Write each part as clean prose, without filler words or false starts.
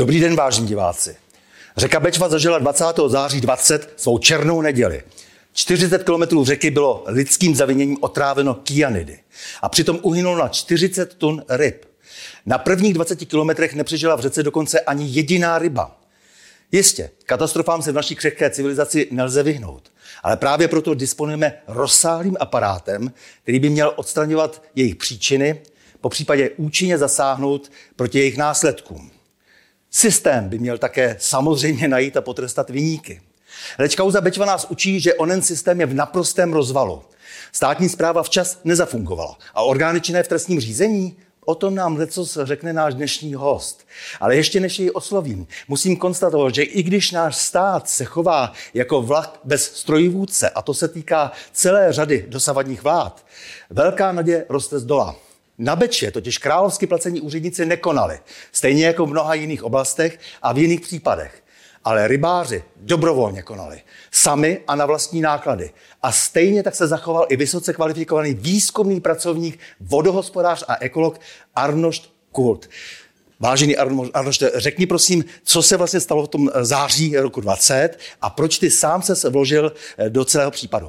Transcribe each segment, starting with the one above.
Dobrý den, vážení diváci. Řeka Bečva zažila 20. září 20 svou černou neděli. 40 kilometrů řeky bylo lidským zaviněním otráveno kyanidy. A přitom uhynulo na 40 tun ryb. Na prvních 20 kilometrech nepřežila v řece dokonce ani jediná ryba. Jistě, katastrofám se v naší křehké civilizaci nelze vyhnout. Ale právě proto disponujeme rozsáhlým aparátem, který by měl odstraňovat jejich příčiny, popřípadě účinně zasáhnout proti jejich následkům. Systém by měl také samozřejmě najít a potrestat viníky. Leč kauza Bečva nás učí, že onen systém je v naprostém rozvalu. Státní správa včas nezafungovala. A orgány činné v trestním řízení? O tom nám lecos řekne náš dnešní host. Ale ještě než jej oslovím, musím konstatovat, že i když náš stát se chová jako vlak bez strojvůdce, a to se týká celé řady dosavadních vlád, velká naděje roste z dola. Na Bečvě totiž královsky placení úředníci nekonali, stejně jako v mnoha jiných oblastech a v jiných případech. Ale rybáři dobrovolně konali, sami a na vlastní náklady. A stejně tak se zachoval i vysoce kvalifikovaný výzkumný pracovník, vodohospodář a ekolog Arnošt Kult. Vážený Arnošte, řekni prosím, co se vlastně stalo v tom září roku 20 a proč ty sám se vložil do celého případu?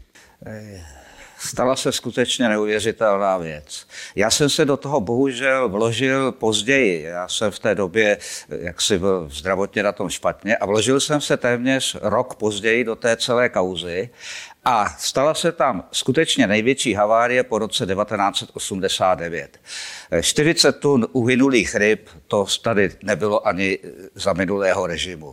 Stala se skutečně neuvěřitelná věc. Já jsem se do toho bohužel vložil později. Já jsem v té době jaksi byl zdravotně na tom špatně a vložil jsem se téměř rok později do té celé kauzy a stala se tam skutečně největší havárie po roce 1989. 40 tun uhynulých ryb, to tady nebylo ani za minulého režimu.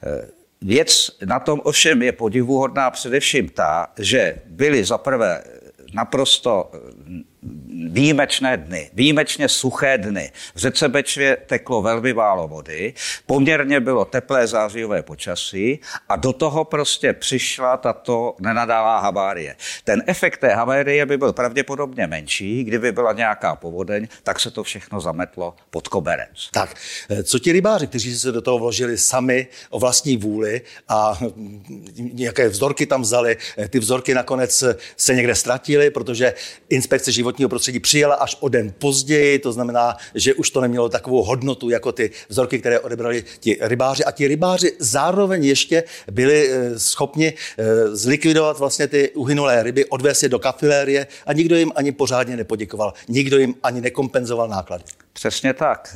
Věc na tom ovšem je podivuhodná především ta, že byly zaprvé naprosto výjimečné dny, výjimečně suché dny. V řece Bečvě teklo velmi málo vody, poměrně bylo teplé zářijové počasí a do toho prostě přišla tato nenadálá havárie. Ten efekt té havárie by byl pravděpodobně menší, kdyby byla nějaká povodeň, tak se to všechno zametlo pod koberec. Tak, co ti rybáři, kteří se do toho vložili sami o vlastní vůli a nějaké vzorky tam vzali, ty vzorky nakonec se někde ztratily, protože inspekce životního prostředí přijela až o den později, to znamená, že už to nemělo takovou hodnotu jako ty vzorky, které odebrali ti rybáři. A ti rybáři zároveň ještě byli schopni zlikvidovat vlastně ty uhynulé ryby, odvést je do kafilérie a nikdo jim ani pořádně nepoděkoval. Nikdo jim ani nekompenzoval náklady. Přesně tak.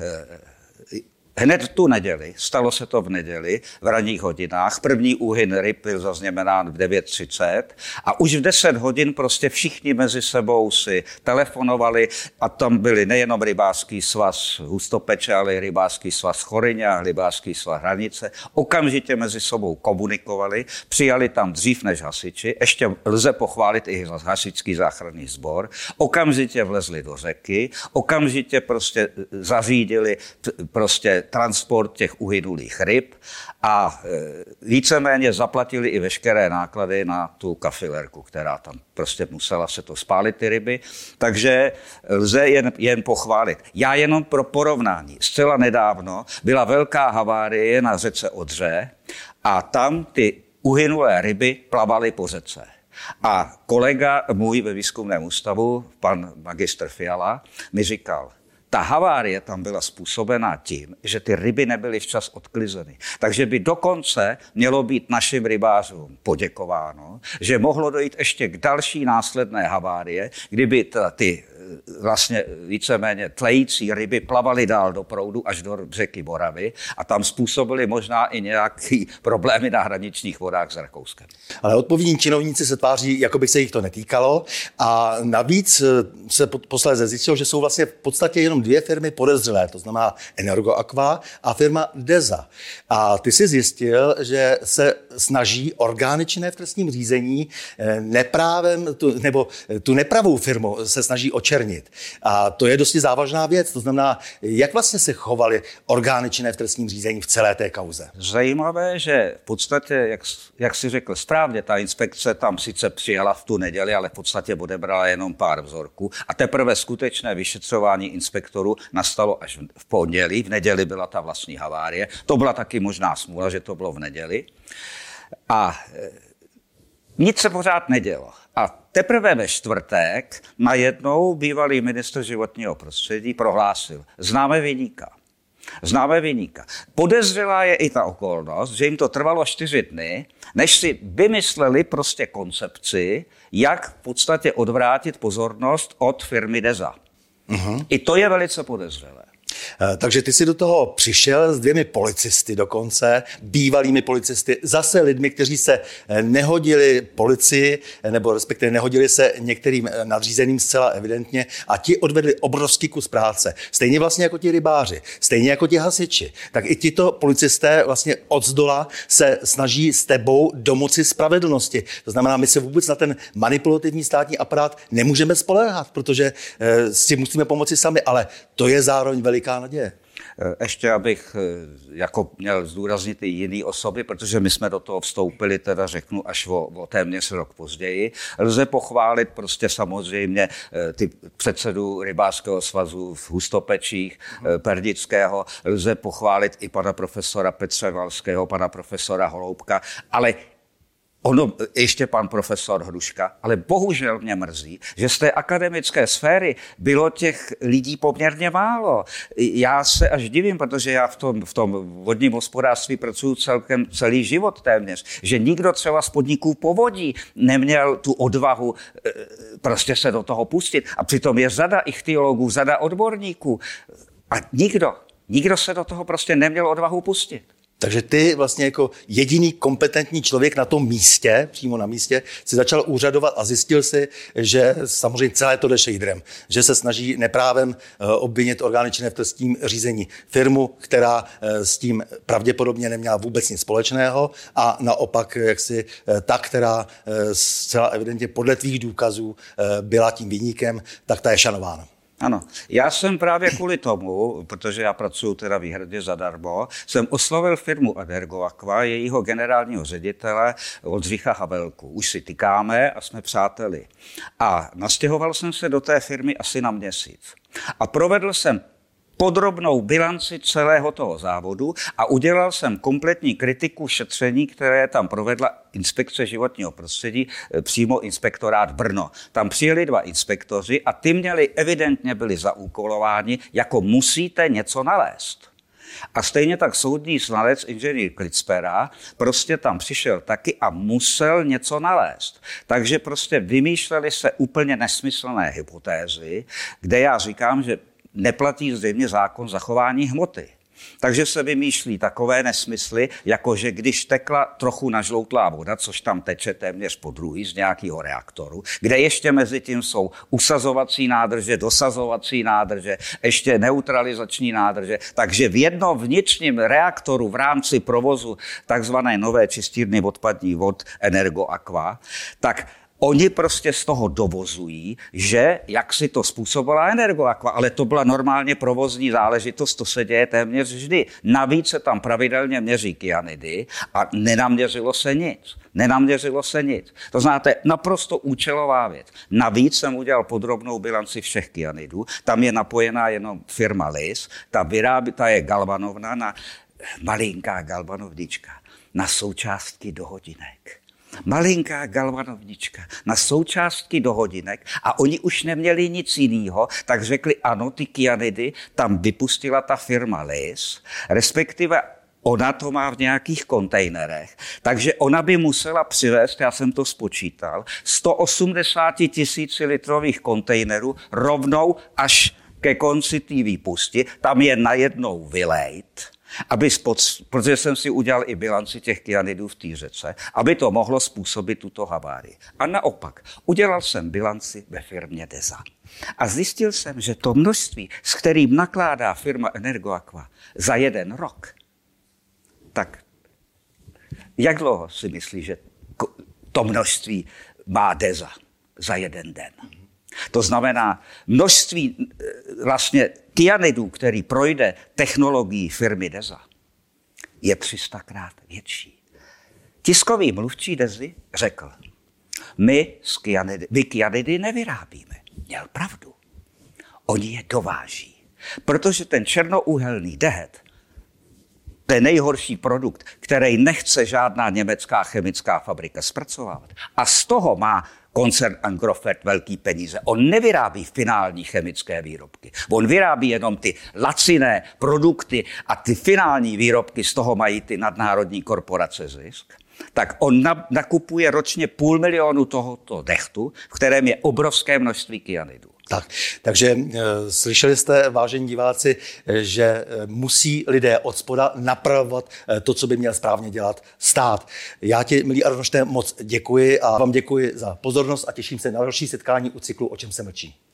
Hned tu neděli, stalo se to v neděli, v ranních hodinách, první úhyn ryb byl zaznamenán v 9:30 a už v 10 hodin prostě všichni mezi sebou si telefonovali a tam byli nejenom rybářský svaz Hustopeče, ale i rybářský svaz Choryně a rybářský svaz Hranice. Okamžitě mezi sebou komunikovali, přijali tam dřív než hasiči, ještě lze pochválit i hasičský záchranný sbor, okamžitě vlezli do řeky, okamžitě prostě zařídili prostě transport těch uhynulých ryb a víceméně zaplatili i veškeré náklady na tu kafilerku, která tam prostě musela se to spálit ty ryby, takže lze jen pochválit. Já jenom pro porovnání, zcela nedávno byla velká havárie na řece Odře a tam ty uhynulé ryby plavaly po řece. A kolega můj ve výzkumném ústavu, pan magistr Fiala, mi říkal, ta havárie tam byla způsobená tím, že ty ryby nebyly včas odklizeny. Takže by dokonce mělo být našim rybářům poděkováno, že mohlo dojít ještě k další následné havárie, kdyby ty vlastně víceméně tlející ryby plavaly dál do proudu až do řeky Moravy a tam způsobily možná i nějaké problémy na hraničních vodách s Rakouskem. Ale odpovědní činovníci se tváří, jako by se jich to netýkalo a navíc se posléze zjistilo, že jsou vlastně v podstatě jenom dvě firmy podezřelé, to znamená Energoaqua a firma Deza. A ty si zjistil, že se snaží orgány činné v trestním řízení neprávem, nebo tu nepravou firmu se snaží očernit. A to je dosti závažná věc. To znamená, jak vlastně se chovaly orgány činné v trestním řízení v celé té kauze? Zajímavé, že v podstatě, jak si řekl správně, ta inspekce tam sice přijela v tu neděli, ale v podstatě odebrala jenom pár vzorků a teprve skutečné vyšetřování inspektorů nastalo až v pondělí. V neděli byla ta vlastní havárie. To byla taky možná smůla, že to bylo v neděli. A nic se pořád nedělo. A teprve ve čtvrtek najednou bývalý ministr životního prostředí prohlásil, známe viníka. Známe viníka. Podezřelá je i ta okolnost, že jim to trvalo 4 dny, než si vymysleli prostě koncepci, jak v podstatě odvrátit pozornost od firmy Deza. I to je velice podezřelé. Takže ty jsi do toho přišel s 2 policisty dokonce, bývalými policisty, zase lidmi, kteří se nehodili policii, nebo respektive nehodili se některým nadřízeným zcela evidentně a ti odvedli obrovský kus práce. Stejně vlastně jako ti rybáři, stejně jako ti hasiči. Tak i tito policisté vlastně odzdola se snaží s tebou domoci spravedlnosti. To znamená, my se vůbec na ten manipulativní státní aparát nemůžeme spoléhat, protože si musíme pomoci sami, ale to je zároveň veliká naděje. Ještě abych jako měl zdůraznit i jiné osoby, protože my jsme do toho vstoupili, teda řeknu, až o téměř rok později. Lze pochválit prostě samozřejmě ty předsedu rybářského svazu v Hustopečích, Perdického, lze pochválit i pana profesora Petřevalského, pana profesora Holoubka, ale ono, ještě pan profesor Hruška, ale bohužel mě mrzí, že z té akademické sféry bylo těch lidí poměrně málo. Já se až divím, protože já v tom vodním hospodářství pracuji celý život téměř, že nikdo třeba z podniků povodí neměl tu odvahu prostě se do toho pustit. A přitom je řada ichtyologů, řada odborníků. A nikdo se do toho prostě neměl odvahu pustit. Takže ty vlastně jako jediný kompetentní člověk na tom místě, přímo na místě, si začal úřadovat a zjistil si, že samozřejmě celé to jde šejdrem, že se snaží neprávem obvinit orgány činné v trestním řízení firmu, která s tím pravděpodobně neměla vůbec nic společného a naopak jaksi ta, která zcela evidentně podle tvých důkazů byla tím viníkem, tak ta je šanována. Ano, já jsem právě kvůli tomu, protože já pracuji teda výhradně zadarmo, jsem oslovil firmu Energoaqua, jejího generálního ředitele Oldřicha Havelku. Už si tykáme a jsme přáteli. A nastěhoval jsem se do té firmy asi na měsíc. A provedl jsem podrobnou bilanci celého toho závodu a udělal jsem kompletní kritiku šetření, které tam provedla Inspekce životního prostředí, přímo inspektorát Brno. Tam přijeli 2 inspektoři a ty evidentně byli zaúkolováni, jako musíte něco nalézt. A stejně tak soudní znalec inženýr Klitzpera prostě tam přišel taky a musel něco nalézt. Takže prostě vymýšleli se úplně nesmyslné hypotézy, kde já říkám, že neplatí zřejmě zákon zachování hmoty. Takže se vymýšlí takové nesmysly, jako že když tekla trochu nažloutlá voda, což tam teče téměř podruhý z nějakého reaktoru, kde ještě mezi tím jsou usazovací nádrže, dosazovací nádrže, ještě neutralizační nádrže, takže v jednom vnitřním reaktoru v rámci provozu takzvané nové čistírny odpadních vod Energoaqua, tak oni prostě z toho dovozují, že jak si to způsobila Energoaqua, ale to byla normálně provozní záležitost, to se děje téměř vždy. Navíc se tam pravidelně měří kyanidy a nenaměřilo se nic. To znáte, naprosto účelová věc. Navíc jsem udělal podrobnou bilanci všech kyanidů, tam je napojená jenom firma LIS, ta je galvanovna, malinká galvanovnička na součástky do hodinek. Malinká galvanovnička na součástky do hodinek a oni už neměli nic jiného, tak řekli ano, ty kyanidy tam vypustila ta firma LIS, respektive ona to má v nějakých kontejnerech, takže ona by musela přivést, já jsem to spočítal, 180 000 litrových kontejnerů rovnou až ke konci té výpusti, tam je najednou vylejt, protože jsem si udělal i bilanci těch kyanidů v té řece, aby to mohlo způsobit tuto havárii. A naopak, udělal jsem bilanci ve firmě Deza. A zjistil jsem, že to množství, s kterým nakládá firma Energoaqua za 1 rok, tak jak dlouho si myslí, že to množství má Deza za 1 den? To znamená, množství vlastně kyanidů, který projde technologií firmy Deza, je 300krát větší. Tiskový mluvčí Dezy řekl, my kyanidy nevyrábíme. Měl pravdu. Oni je dováží. Protože ten černouhelný dehet To je nejhorší produkt, který nechce žádná německá chemická fabrika zpracovávat. A z toho má koncern Agrofert velký peníze. On nevyrábí finální chemické výrobky. On vyrábí jenom ty laciné produkty a ty finální výrobky, z toho mají ty nadnárodní korporace zisk. Tak on nakupuje ročně 500 000 tohoto dechtu, v kterém je obrovské množství kyanidu. Takže slyšeli jste, vážení diváci, že musí lidé od spoda napravovat to, co by měl správně dělat stát. Já ti, milý Arnošte, moc děkuji a vám děkuji za pozornost a těším se na další setkání u cyklu O čem se mlčí.